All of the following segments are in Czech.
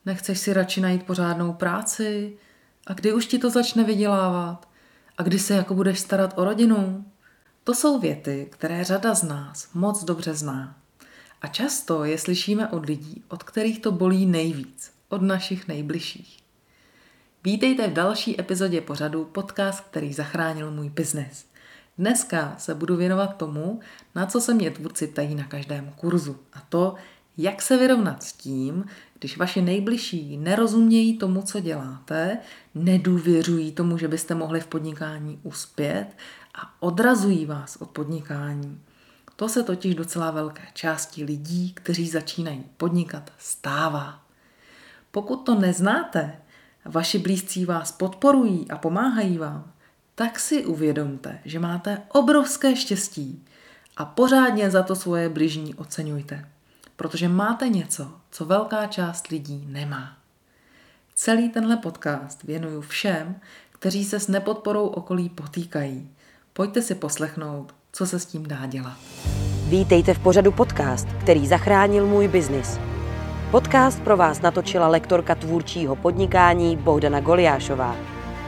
Nechceš si radši najít pořádnou práci? A kdy už ti to začne vydělávat? A kdy se jako budeš starat o rodinu? To jsou věty, které řada z nás moc dobře zná. A často je slyšíme od lidí, od kterých to bolí nejvíc, od našich nejbližších. Vítejte v další epizodě pořadu Podcast, který zachránil můj biznes. Dneska se budu věnovat tomu, na co se mě tvůrci ptají na každém kurzu. A to, jak se vyrovnat s tím, když vaši nejbližší nerozumějí tomu, co děláte, nedůvěřují tomu, že byste mohli v podnikání uspět a odrazují vás od podnikání. To se totiž docela velké části lidí, kteří začínají podnikat, stává. Pokud to neznáte, vaši blízcí vás podporují a pomáhají vám, tak si uvědomte, že máte obrovské štěstí a pořádně za to svoje bližní oceňujte, protože máte něco, co velká část lidí nemá. Celý tenhle podcast věnuju všem, kteří se s nepodporou okolí potýkají. Pojďte si poslechnout, co se s tím dá dělat. Vítejte v pořadu Podcast, který zachránil můj biznis. Podcast pro vás natočila lektorka tvůrčího podnikání Bohdana Goliášová.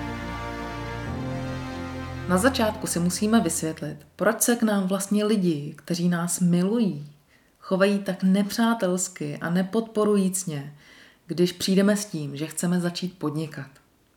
Na začátku si musíme vysvětlit, proč se k nám vlastně lidi, kteří nás milují, chovají tak nepřátelsky a nepodporujícně, když přijdeme s tím, že chceme začít podnikat.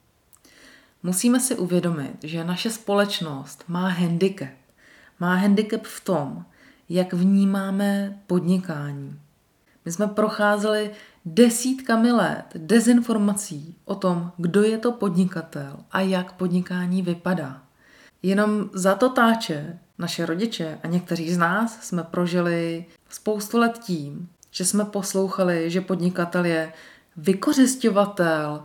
Musíme si uvědomit, že naše společnost má handicap. Má handicap v tom, jak vnímáme podnikání. My jsme procházeli desítkami let dezinformací o tom, kdo je to podnikatel a jak podnikání vypadá. Jenom za to táče naše rodiče a někteří z nás jsme prožili spoustu let tím, že jsme poslouchali, že podnikatel je vykořisťovatel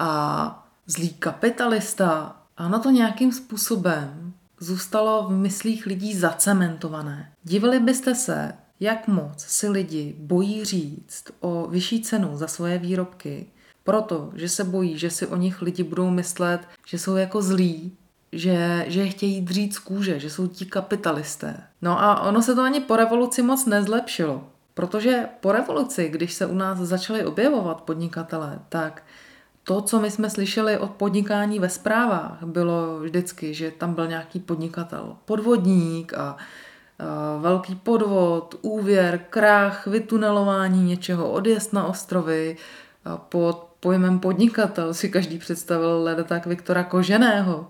a zlý kapitalista. A ono to nějakým způsobem zůstalo v myslích lidí zacementované. Divili byste se, jak moc si lidi bojí říct o vyšší cenu za svoje výrobky, protože se bojí, že si o nich lidi budou myslet, že jsou jako zlí, že je chtějí dřít z kůže, že jsou ti kapitalisté. No a ono se to ani po revoluci moc nezlepšilo, protože po revoluci, když se u nás začali objevovat podnikatelé, tak to, co my jsme slyšeli od podnikání ve zprávách, bylo vždycky, že tam byl nějaký podnikatel, podvodník a velký podvod, úvěr, krach, vytunelování něčeho, odjezd na ostrovy. Pod pojmem podnikatel si každý představil ledatak Viktora Koženého.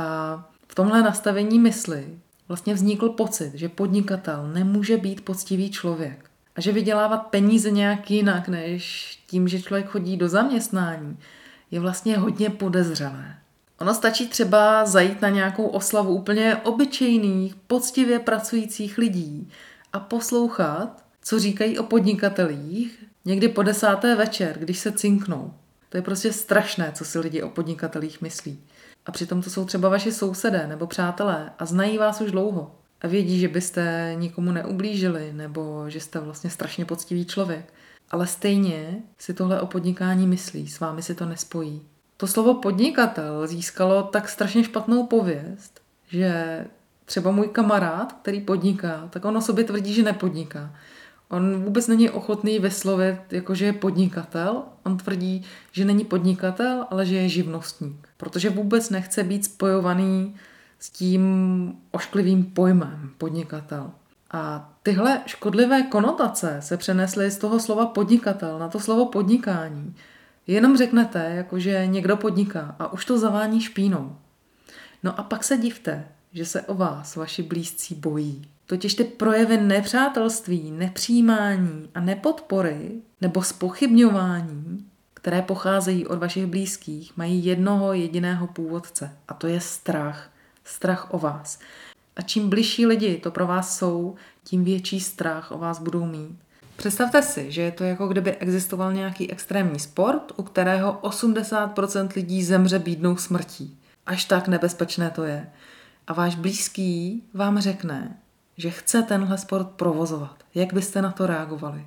A v tomhle nastavení mysli vlastně vznikl pocit, že podnikatel nemůže být poctivý člověk a že vydělávat peníze nějak jinak, než tím, že člověk chodí do zaměstnání, je vlastně hodně podezřelé. Ono stačí třeba zajít na nějakou oslavu úplně obyčejných, poctivě pracujících lidí a poslouchat, co říkají o podnikatelích někdy po 10. večer, když se cinknou. To je prostě strašné, co si lidi o podnikatelích myslí. A přitom to jsou třeba vaši sousedé nebo přátelé a znají vás už dlouho. A vědí, že byste nikomu neublížili nebo že jste vlastně strašně poctivý člověk. Ale stejně si tohle o podnikání myslí, s vámi si to nespojí. To slovo podnikatel získalo tak strašně špatnou pověst, že třeba můj kamarád, který podniká, tak on o sobě tvrdí, že nepodniká. On vůbec není ochotný vyslovit, jako že je podnikatel. On tvrdí, že není podnikatel, ale že je živnostník. Protože vůbec nechce být spojovaný s tím ošklivým pojmem podnikatel. A tyhle škodlivé konotace se přenesly z toho slova podnikatel na to slovo podnikání. Jenom řeknete, jakože někdo podniká a už to zavání špínou. No a pak se divte, že se o vás vaši blízcí bojí. Totiž ty projevy nepřátelství, nepřijímání a nepodpory nebo zpochybňování, které pocházejí od vašich blízkých, mají jednoho jediného původce a to je strach. Strach o vás. A čím bližší lidi to pro vás jsou, tím větší strach o vás budou mít. Představte si, že je to jako kdyby existoval nějaký extrémní sport, u kterého 80% lidí zemře bídnou smrtí. Až tak nebezpečné to je. A váš blízký vám řekne, že chce tenhle sport provozovat. Jak byste na to reagovali?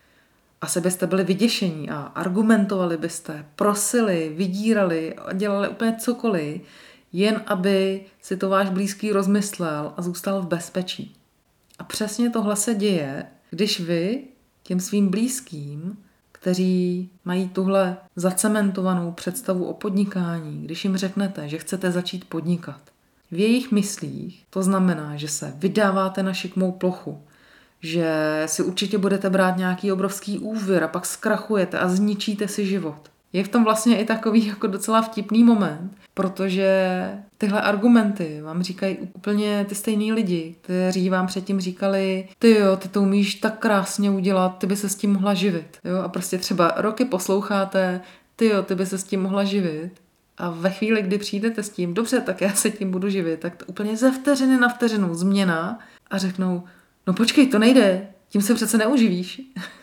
Asi byste byli vyděšení a argumentovali byste, prosili, vydírali a dělali úplně cokoliv, jen aby si to váš blízký rozmyslel a zůstal v bezpečí. A přesně tohle se děje, když vy těm svým blízkým, kteří mají tuhle zacementovanou představu o podnikání, když jim řeknete, že chcete začít podnikat. V jejich myslích to znamená, že se vydáváte na šikmou plochu, že si určitě budete brát nějaký obrovský úvěr a pak zkrachujete a zničíte si život. Je v tom vlastně i takový jako docela vtipný moment, protože tyhle argumenty vám říkají úplně ty stejný lidi, kteří vám předtím říkali, ty to umíš tak krásně udělat, ty by se s tím mohla živit. Jo? A prostě třeba roky posloucháte, ty by se s tím mohla živit. A ve chvíli, kdy přijdete s tím, dobře, tak já se tím budu živit, tak to úplně ze vteřiny na vteřinu změna a řeknou, no počkej, to nejde, tím se přece neuživíš.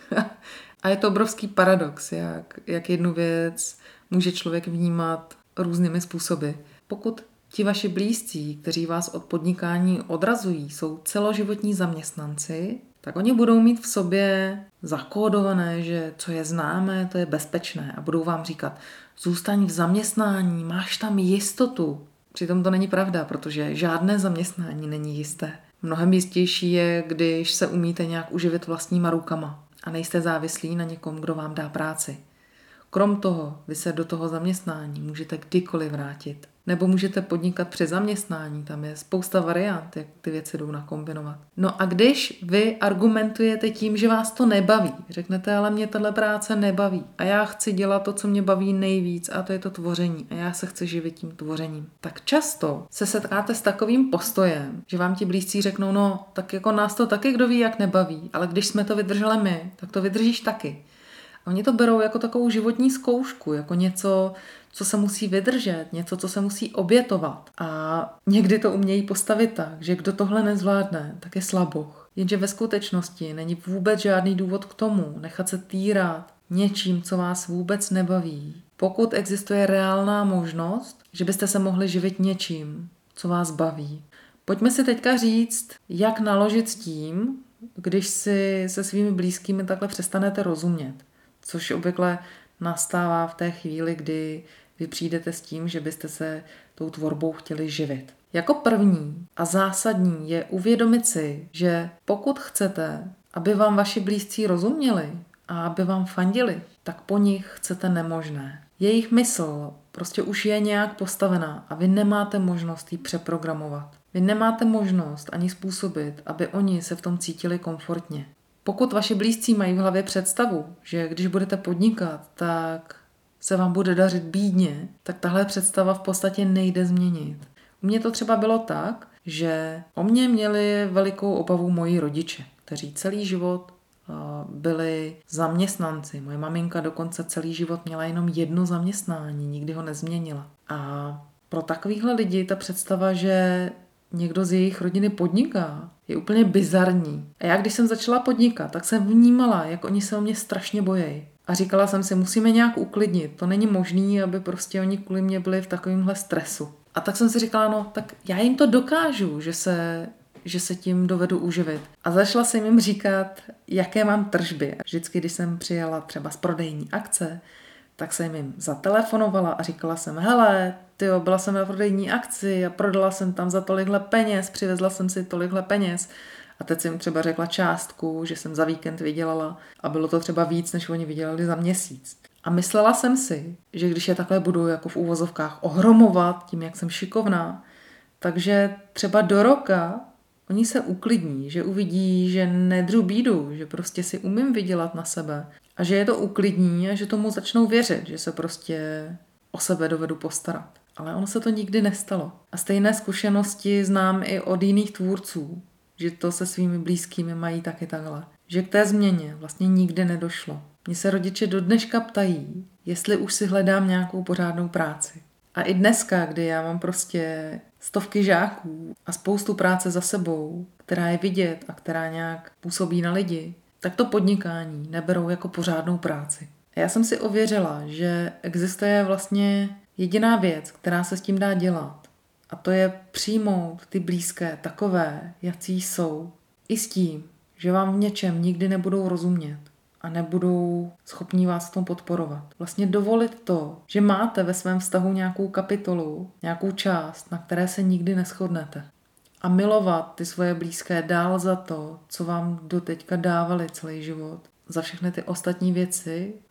A je to obrovský paradox, jak jednu věc může člověk vnímat různými způsoby. Pokud ti vaši blízcí, kteří vás od podnikání odrazují, jsou celoživotní zaměstnanci, tak oni budou mít v sobě zakódované, že co je známé, to je bezpečné a budou vám říkat, zůstaň v zaměstnání, máš tam jistotu. Přitom to není pravda, protože žádné zaměstnání není jisté. Mnohem jistější je, když se umíte nějak uživit vlastníma rukama a nejste závislí na někom, kdo vám dá práci. Krom toho, vy se do toho zaměstnání můžete kdykoliv vrátit. Nebo můžete podnikat při zaměstnání, tam je spousta variant, jak ty věci jdou nakombinovat. No a když vy argumentujete tím, že vás to nebaví, řeknete, ale mě tahle práce nebaví a já chci dělat to, co mě baví nejvíc a to je to tvoření a já se chci živit tím tvořením, tak často se setkáte s takovým postojem, že vám ti blízcí řeknou, no tak jako nás to taky kdo ví, jak nebaví, ale když jsme to vydrželi my, tak to vydržíš taky. A oni to berou jako takovou životní zkoušku, jako něco, co se musí vydržet, něco, co se musí obětovat. A někdy to umějí postavit tak, že kdo tohle nezvládne, tak je slaboch. Jenže ve skutečnosti není vůbec žádný důvod k tomu nechat se týrat něčím, co vás vůbec nebaví. Pokud existuje reálná možnost, že byste se mohli živit něčím, co vás baví. Pojďme si teďka říct, jak naložit s tím, když si se svými blízkými takhle přestanete rozumět. Což obvykle nastává v té chvíli, kdy vy přijdete s tím, že byste se tou tvorbou chtěli živit. Jako první a zásadní je uvědomit si, že pokud chcete, aby vám vaši blízcí rozuměli a aby vám fandili, tak po nich chcete nemožné. Jejich mysl prostě už je nějak postavená a vy nemáte možnost ji přeprogramovat. Vy nemáte možnost ani způsobit, aby oni se v tom cítili komfortně. Pokud vaši blízcí mají v hlavě představu, že když budete podnikat, tak se vám bude dařit bídně, tak tahle představa v podstatě nejde změnit. U mě to třeba bylo tak, že o mě měli velikou obavu moji rodiče, kteří celý život byli zaměstnanci. Moje maminka dokonce celý život měla jenom jedno zaměstnání, nikdy ho nezměnila. A pro takovýhle lidi ta představa, že někdo z jejich rodiny podniká, je úplně bizarní. A já, když jsem začala podnikat, tak jsem vnímala, jak oni se o mě strašně bojejí. A říkala jsem si, musíme nějak uklidnit. To není možný, aby prostě oni kvůli mě byli v takovémhle stresu. A tak jsem si říkala, no tak já jim to dokážu, že se tím dovedu uživit. A začala jsem jim říkat, jaké mám tržby. A vždycky, když jsem přijela třeba z prodejní akce, tak jsem jim zatelefonovala a říkala jsem, hele, byla jsem na prodejní akci a prodala jsem tam za tolikhle peněz, přivezla jsem si tolikhle peněz. A teď jsem jim třeba řekla částku, že jsem za víkend vydělala a bylo to třeba víc, než oni vydělali za měsíc. A myslela jsem si, že když je takhle budu jako v úvozovkách ohromovat tím, jak jsem šikovná, takže třeba do roka oni se uklidní, že uvidí, že nedru bídu, že prostě si umím vydělat na sebe a že je to uklidní a že tomu začnou věřit, že se prostě o sebe dovedu postarat. Ale ono se to nikdy nestalo. A stejné zkušenosti znám i od jiných tvůrců, že to se svými blízkými mají taky takhle. Že k té změně vlastně nikdy nedošlo. Mně se rodiče do dneška ptají, jestli už si hledám nějakou pořádnou práci. A i dneska, kdy já mám prostě stovky žáků a spoustu práce za sebou, která je vidět a která nějak působí na lidi, tak to podnikání neberou jako pořádnou práci. A já jsem si ověřila, že existuje vlastně jediná věc, která se s tím dá dělat. A to je přijmout ty blízké takové, jací jsou. I s tím, že vám v něčem nikdy nebudou rozumět a nebudou schopní vás v tom podporovat. Vlastně dovolit to, že máte ve svém vztahu nějakou kapitolu, nějakou část, na které se nikdy neshodnete. A milovat ty svoje blízké dál za to, co vám doteďka dávali celý život. Za všechny ty ostatní věci,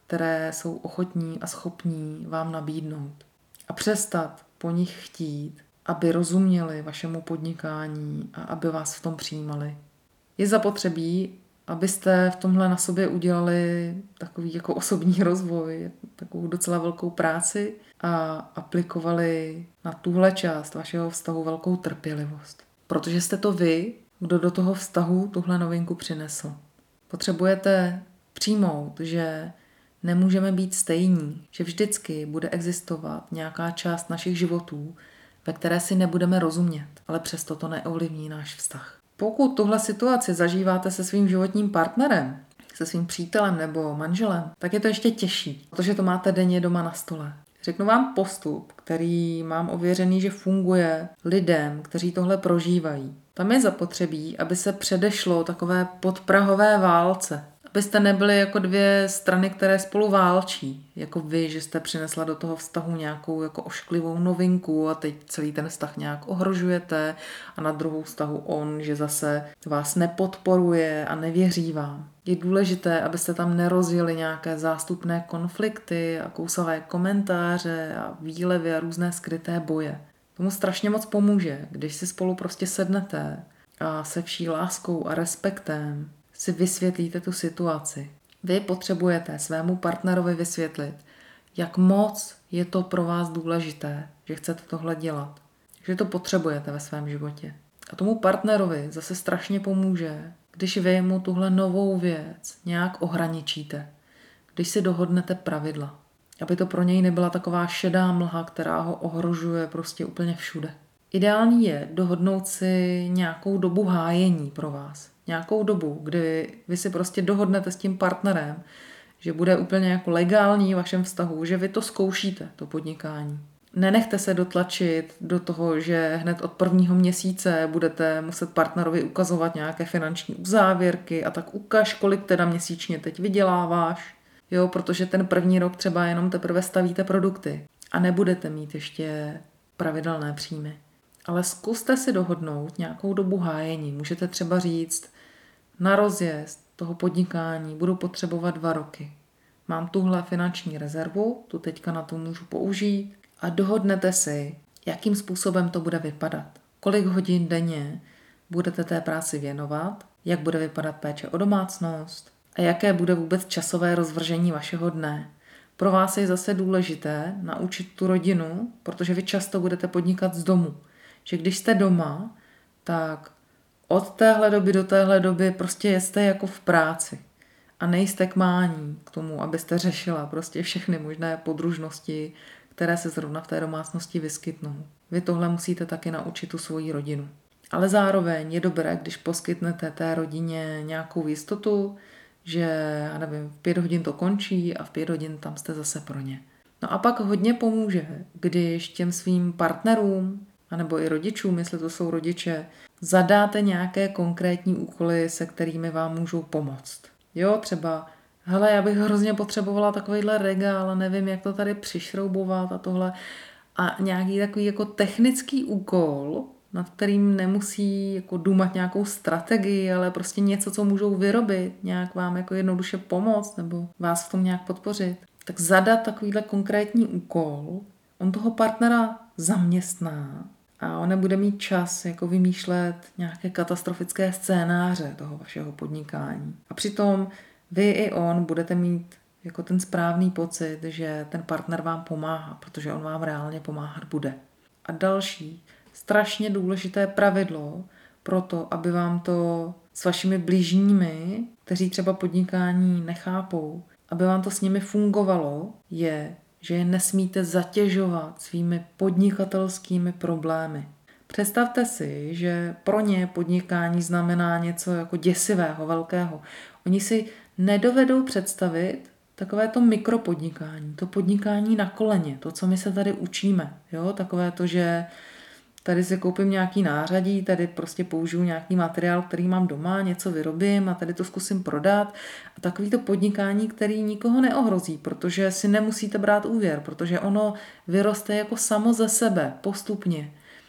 které jsou ochotní a schopní vám nabídnout. A přestat po nich chtít, aby rozuměli vašemu podnikání a aby vás v tom přijímali. Je zapotřebí, abyste v tomhle na sobě udělali takový jako osobní rozvoj, takovou docela velkou práci a aplikovali na tuhle část vašeho vztahu velkou trpělivost. Protože jste to vy, kdo do toho vztahu tuhle novinku přinesl. Potřebujete přijmout, že nemůžeme být stejní, že vždycky bude existovat nějaká část našich životů, ve které si nebudeme rozumět, ale přesto to neovlivní náš vztah. Pokud tuhle situaci zažíváte se svým životním partnerem, se svým přítelem nebo manželem, tak je to ještě těžší, protože to máte denně doma na stole. Řeknu vám postup, který mám ověřený, že funguje lidem, kteří tohle prožívají. Tam je zapotřebí, aby se předešlo takové podprahové válce. Abyste nebyli jako dvě strany, které spolu válčí. Jako vy, že jste přinesla do toho vztahu nějakou jako ošklivou novinku a teď celý ten vztah nějak ohrožujete a na druhou vztahu on, že zase vás nepodporuje a nevěří vám. Je důležité, abyste tam nerozjeli nějaké zástupné konflikty a kousavé komentáře a výlevy a různé skryté boje. Tomu strašně moc pomůže, když si spolu prostě sednete a se vší láskou a respektem si vysvětlíte tu situaci. Vy potřebujete svému partnerovi vysvětlit, jak moc je to pro vás důležité, že chcete tohle dělat, že to potřebujete ve svém životě. A tomu partnerovi zase strašně pomůže, když vy mu tuhle novou věc nějak ohraničíte, když si dohodnete pravidla, aby to pro něj nebyla taková šedá mlha, která ho ohrožuje prostě úplně všude. Ideální je dohodnout si nějakou dobu hájení pro vás. Nějakou dobu, kdy vy si prostě dohodnete s tím partnerem, že bude úplně jako legální v vašem vztahu, že vy to zkoušíte, to podnikání. Nenechte se dotlačit do toho, že hned od prvního měsíce budete muset partnerovi ukazovat nějaké finanční uzávěrky a tak ukaž, kolik teda měsíčně teď vyděláváš. Jo, protože ten první rok třeba jenom teprve stavíte produkty a nebudete mít ještě pravidelné příjmy. Ale zkuste si dohodnout nějakou dobu hájení. Můžete třeba říct, na rozjezd toho podnikání budu potřebovat 2 roky. Mám tuhle finanční rezervu, tu teďka na to můžu použít a dohodnete si, jakým způsobem to bude vypadat. Kolik hodin denně budete té práci věnovat, jak bude vypadat péče o domácnost a jaké bude vůbec časové rozvržení vašeho dne. Pro vás je zase důležité naučit tu rodinu, protože vy často budete podnikat z domu. Že když jste doma, tak od téhle doby do téhle doby prostě jste jako v práci a nejste k mání k tomu, abyste řešila prostě všechny možné podružnosti, které se zrovna v té domácnosti vyskytnou. Vy tohle musíte taky naučit tu svoji rodinu. Ale zároveň je dobré, když poskytnete té rodině nějakou jistotu, že, já nevím, v 5 hodin to končí a v 5 hodin tam jste zase pro ně. No a pak hodně pomůže, když těm svým partnerům anebo i rodičům, jestli to jsou rodiče, zadáte nějaké konkrétní úkoly, se kterými vám můžou pomoct. Jo, třeba, hele, já bych hrozně potřebovala takovýhle regál, ale nevím, jak to tady přišroubovat a tohle. A nějaký takový jako technický úkol, nad kterým nemusí jako důmat nějakou strategii, ale prostě něco, co můžou vyrobit, nějak vám jako jednoduše pomoct nebo vás v tom nějak podpořit. Tak zadat takovýhle konkrétní úkol, on toho partnera zaměstná a on nebude mít čas jako vymýšlet nějaké katastrofické scénáře toho vašeho podnikání. A přitom vy i on budete mít jako ten správný pocit, že ten partner vám pomáhá, protože on vám reálně pomáhat bude. A další strašně důležité pravidlo pro to, aby vám to s vašimi bližními, kteří třeba podnikání nechápou, aby vám to s nimi fungovalo, je, že je nesmíte zatěžovat svými podnikatelskými problémy. Představte si, že pro ně podnikání znamená něco jako děsivého, velkého. Oni si nedovedou představit takové to mikropodnikání, to podnikání na koleně, to, co my se tady učíme. Jo? Takové to, že tady si koupím nějaký nářadí, tady prostě použiju nějaký materiál, který mám doma, něco vyrobím a tady to zkusím prodat. A takový to podnikání, který nikoho neohrozí, protože si nemusíte brát úvěr, protože ono vyroste jako samo ze sebe, postupně.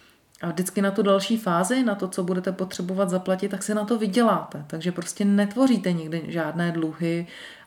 A vždycky na tu další fázi, na to, co budete potřebovat zaplatit, tak si na to vyděláte. Takže prostě netvoříte nikdy žádné dluhy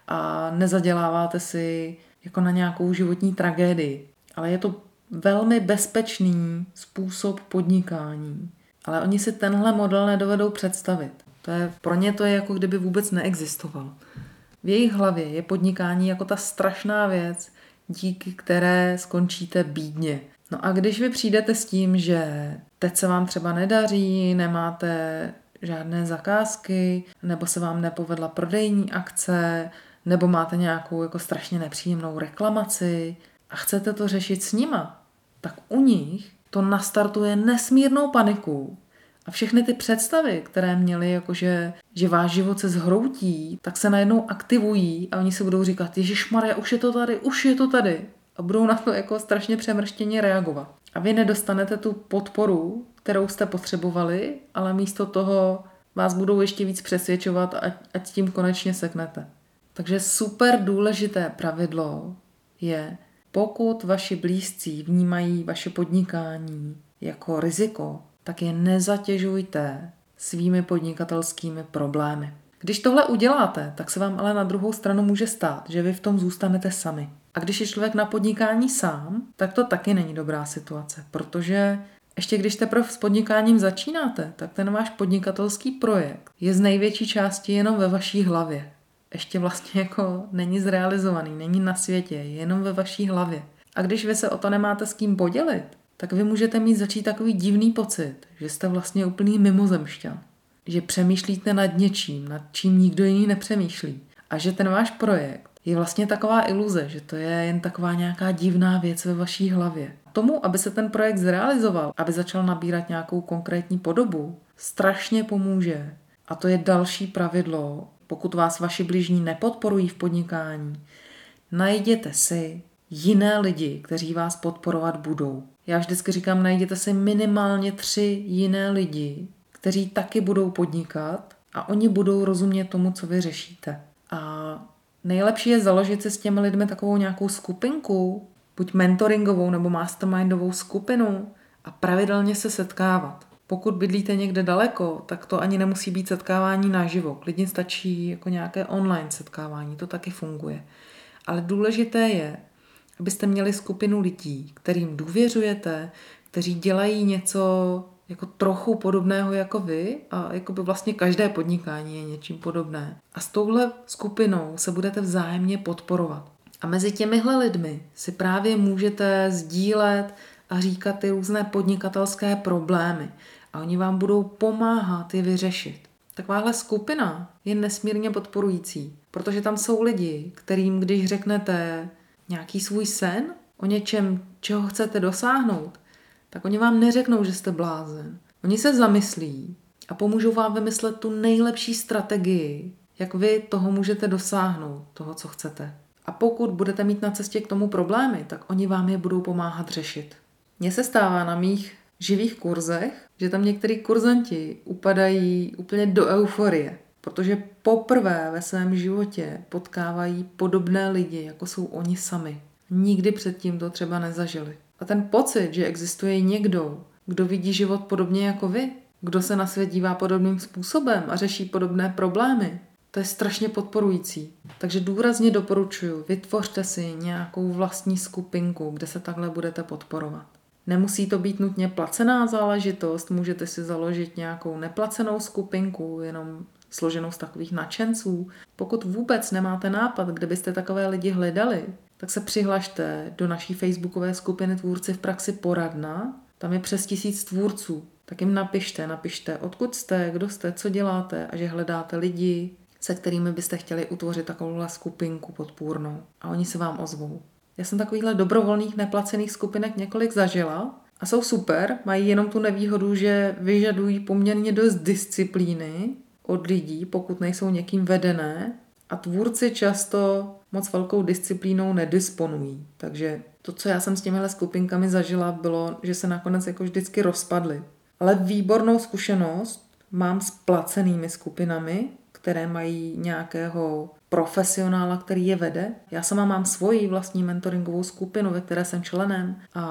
a nezaděláváte si jako na nějakou životní tragédii. Ale je to velmi bezpečný způsob podnikání. Ale oni si tenhle model nedovedou představit. Pro ně to je jako kdyby vůbec neexistoval. V jejich hlavě je podnikání jako ta strašná věc, díky které skončíte bídně. No a když vy přijdete s tím, že teď se vám třeba nedaří, nemáte žádné zakázky, nebo se vám nepovedla prodejní akce, nebo máte nějakou jako strašně nepříjemnou reklamaci a chcete to řešit s nima, tak u nich to nastartuje nesmírnou paniku. A všechny ty představy, které měli, jakože že váš život se zhroutí, tak se najednou aktivují a oni si budou říkat, ježišmarja, už je to tady. A budou na to jako strašně přemrštěně reagovat. A vy nedostanete tu podporu, kterou jste potřebovali, ale místo toho vás budou ještě víc přesvědčovat, ať tím konečně seknete. Takže super důležité pravidlo je, pokud vaši blízcí vnímají vaše podnikání jako riziko, tak je nezatěžujte svými podnikatelskými problémy. Když tohle uděláte, tak se vám ale na druhou stranu může stát, že vy v tom zůstanete sami. A když je člověk na podnikání sám, tak to taky není dobrá situace, protože ještě když teprve s podnikáním začínáte, tak ten váš podnikatelský projekt je z největší části jenom ve vaší hlavě. Ještě vlastně jako není zrealizovaný, není na světě, je jenom ve vaší hlavě. A když vy se o to nemáte s kým podělit, tak vy můžete mít začít takový divný pocit, že jste vlastně úplný mimozemšťan. Že přemýšlíte nad něčím, nad čím nikdo jiný nepřemýšlí. A že ten váš projekt je vlastně taková iluze, že to je jen taková nějaká divná věc ve vaší hlavě. Tomu, aby se ten projekt zrealizoval, aby začal nabírat nějakou konkrétní podobu, strašně pomůže. A to je další pravidlo, pokud vás vaši bližní nepodporují v podnikání, najděte si jiné lidi, kteří vás podporovat budou. Já vždycky říkám, najděte si minimálně 3 jiné lidi, kteří taky budou podnikat a oni budou rozumět tomu, co vy řešíte. A nejlepší je založit si s těmi lidmi takovou nějakou skupinku, buď mentoringovou nebo mastermindovou skupinu a pravidelně se setkávat. Pokud bydlíte někde daleko, tak to ani nemusí být setkávání naživo. Klidně stačí jako nějaké online setkávání, to taky funguje. Ale důležité je, abyste měli skupinu lidí, kterým důvěřujete, kteří dělají něco jako trochu podobného jako vy a jako by vlastně každé podnikání je něčím podobné. A s touhle skupinou se budete vzájemně podporovat. A mezi těmihle lidmi si právě můžete sdílet a říkat ty různé podnikatelské problémy a oni vám budou pomáhat je vyřešit. Takováhle skupina je nesmírně podporující, protože tam jsou lidi, kterým když řeknete nějaký svůj sen o něčem, čeho chcete dosáhnout, tak oni vám neřeknou, že jste blázen. Oni se zamyslí a pomůžou vám vymyslet tu nejlepší strategii, jak vy toho můžete dosáhnout, toho, co chcete. A pokud budete mít na cestě k tomu problémy, tak oni vám je budou pomáhat řešit. Mně se stává na mých živých kurzech, že tam některý kurzanti upadají úplně do euforie, protože poprvé ve svém životě potkávají podobné lidi, jako jsou oni sami. Nikdy předtím to třeba nezažili. A ten pocit, že existuje někdo, kdo vidí život podobně jako vy, kdo se na svět dívá podobným způsobem a řeší podobné problémy, to je strašně podporující. Takže důrazně doporučuji, vytvořte si nějakou vlastní skupinku, kde se takhle budete podporovat. Nemusí to být nutně placená záležitost, můžete si založit nějakou neplacenou skupinku, jenom složenou z takových nadšenců. Pokud vůbec nemáte nápad, kde byste takové lidi hledali, tak se přihlašte do naší facebookové skupiny Tvůrci v praxi poradna. Tam je přes 1000 tvůrců. Tak jim napište, odkud jste, kdo jste, co děláte a že hledáte lidi, se kterými byste chtěli utvořit takovouhle skupinku podpůrnou. A oni se vám ozvou. Já jsem takovýchhle dobrovolných neplacených skupinek několik zažila a jsou super, mají jenom tu nevýhodu, že vyžadují poměrně dost disciplíny od lidí, pokud nejsou někým vedené a tvůrci často moc velkou disciplínou nedisponují. Takže to, co já jsem s těmihle skupinkami zažila, bylo, že se nakonec jako vždycky rozpadly. Ale výbornou zkušenost mám s placenými skupinami, které mají nějakého profesionála, který je vede. Já sama mám svoji vlastní mentoringovou skupinu, ve které jsem členem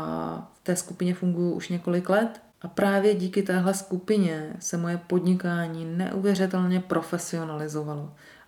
a v té skupině funguji už několik let. A právě díky téhle skupině se moje podnikání neuvěřitelně profesionalizovalo. A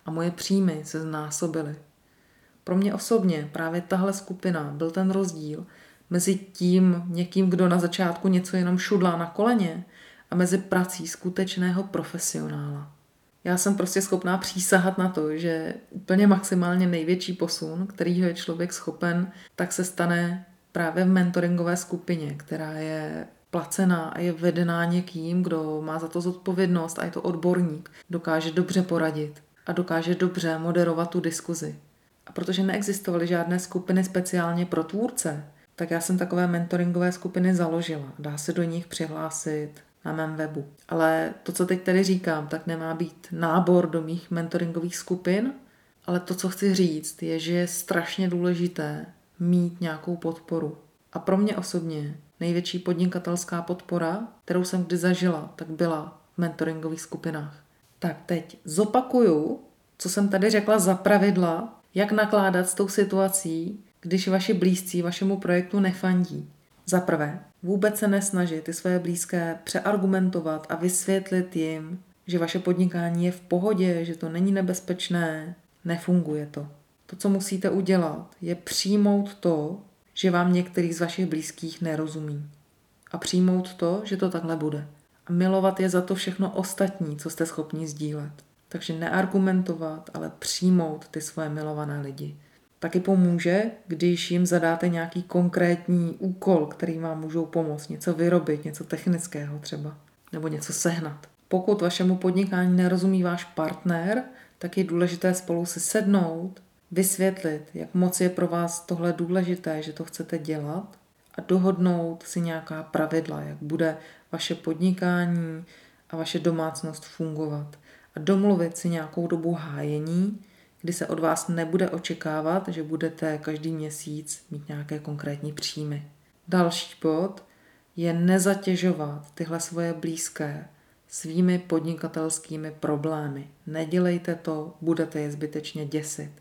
a moje příjmy se znásobily. Pro mě osobně právě tahle skupina byl ten rozdíl mezi tím někým, kdo na začátku něco jenom šudlá na koleně, a mezi prací skutečného profesionála. Já jsem prostě schopná přísahat na to, že úplně maximálně největší posun, kterýho je člověk schopen, tak se stane právě v mentoringové skupině, která je placená a je vedená někým, kdo má za to zodpovědnost a je to odborník, dokáže dobře poradit a dokáže dobře moderovat tu diskuzi. A protože neexistovaly žádné skupiny speciálně pro tvůrce, tak já jsem takové mentoringové skupiny založila. Dá se do nich přihlásit na mém webu. Ale to, co teď tady říkám, tak nemá být nábor do mých mentoringových skupin, ale to, co chci říct, je, že je strašně důležité mít nějakou podporu. A pro mě osobně největší podnikatelská podpora, kterou jsem kdy zažila, tak byla v mentoringových skupinách. Tak teď zopakuju, co jsem tady řekla za pravidla, jak nakládat s tou situací, když vaši blízcí vašemu projektu nefandí. Za prvé, vůbec se nesnažit ty své blízké přeargumentovat a vysvětlit jim, že vaše podnikání je v pohodě, že to není nebezpečné, nefunguje to. To, co musíte udělat, je přijmout to, že vám některý z vašich blízkých nerozumí. A přijmout to, že to takhle bude. A milovat je za to všechno ostatní, co jste schopni sdílet. Takže neargumentovat, ale přijmout ty svoje milované lidi. Taky pomůže, když jim zadáte nějaký konkrétní úkol, který vám můžou pomoct. Něco vyrobit, něco technického třeba, nebo něco sehnat. Pokud vašemu podnikání nerozumí váš partner, tak je důležité spolu si sednout, vysvětlit, jak moc je pro vás tohle důležité, že to chcete dělat a dohodnout si nějaká pravidla, jak bude vaše podnikání a vaše domácnost fungovat. A domluvit si nějakou dobu hájení, kdy se od vás nebude očekávat, že budete každý měsíc mít nějaké konkrétní příjmy. Další bod je nezatěžovat tyhle svoje blízké svými podnikatelskými problémy. Nedělejte to, budete je zbytečně děsit.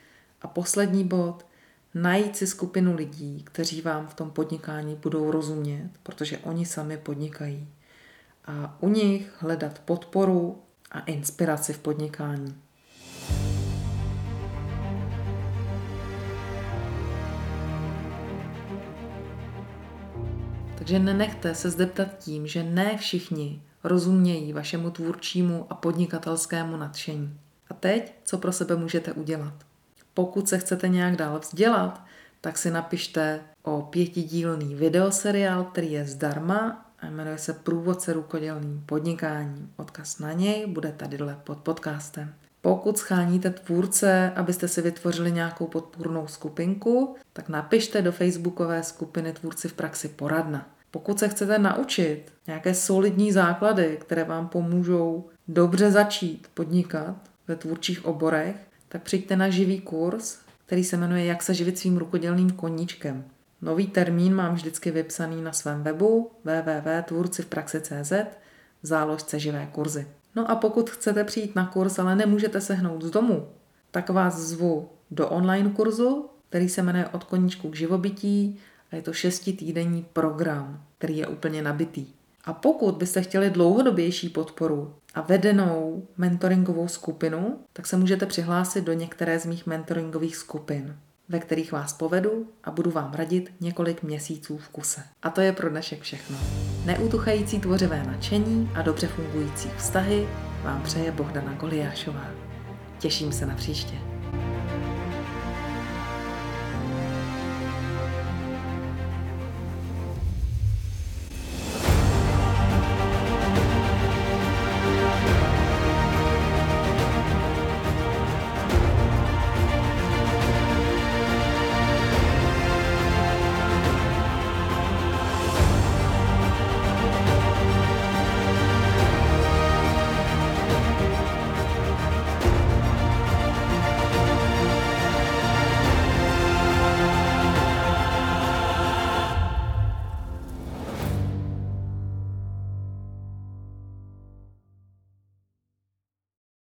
A poslední bod, najít si skupinu lidí, kteří vám v tom podnikání budou rozumět, protože oni sami podnikají. A u nich hledat podporu a inspiraci v podnikání. Takže nenechte se zdeptat tím, že ne všichni rozumějí vašemu tvůrčímu a podnikatelskému nadšení. A teď, co pro sebe můžete udělat? Pokud se chcete nějak dál vzdělat, tak si napište o 5dílný videoseriál, který je zdarma a jmenuje se Průvodce rukodělným podnikáním. Odkaz na něj bude tady dole pod podcastem. Pokud scháníte tvůrce, abyste si vytvořili nějakou podpůrnou skupinku, tak napište do facebookové skupiny Tvůrci v praxi poradna. Pokud se chcete naučit nějaké solidní základy, které vám pomůžou dobře začít podnikat ve tvůrčích oborech, tak přijďte na živý kurz, který se jmenuje Jak se živit svým rukodělným koníčkem. Nový termín mám vždycky vypsaný na svém webu www.tvůrcivpraxi.cz v záložce živé kurzy. No a pokud chcete přijít na kurz, ale nemůžete sehnout z domu, tak vás zvu do online kurzu, který se jmenuje Od koníčku k živobytí a je to 6týdenní program, který je úplně nabitý. A pokud byste chtěli dlouhodobější podporu a vedenou mentoringovou skupinu, tak se můžete přihlásit do některé z mých mentoringových skupin, ve kterých vás povedu a budu vám radit několik měsíců v kuse. A to je pro dnešek všechno. Neutuchající tvořivé nadšení a dobře fungující vztahy vám přeje Bohdana Goliášová. Těším se na příště.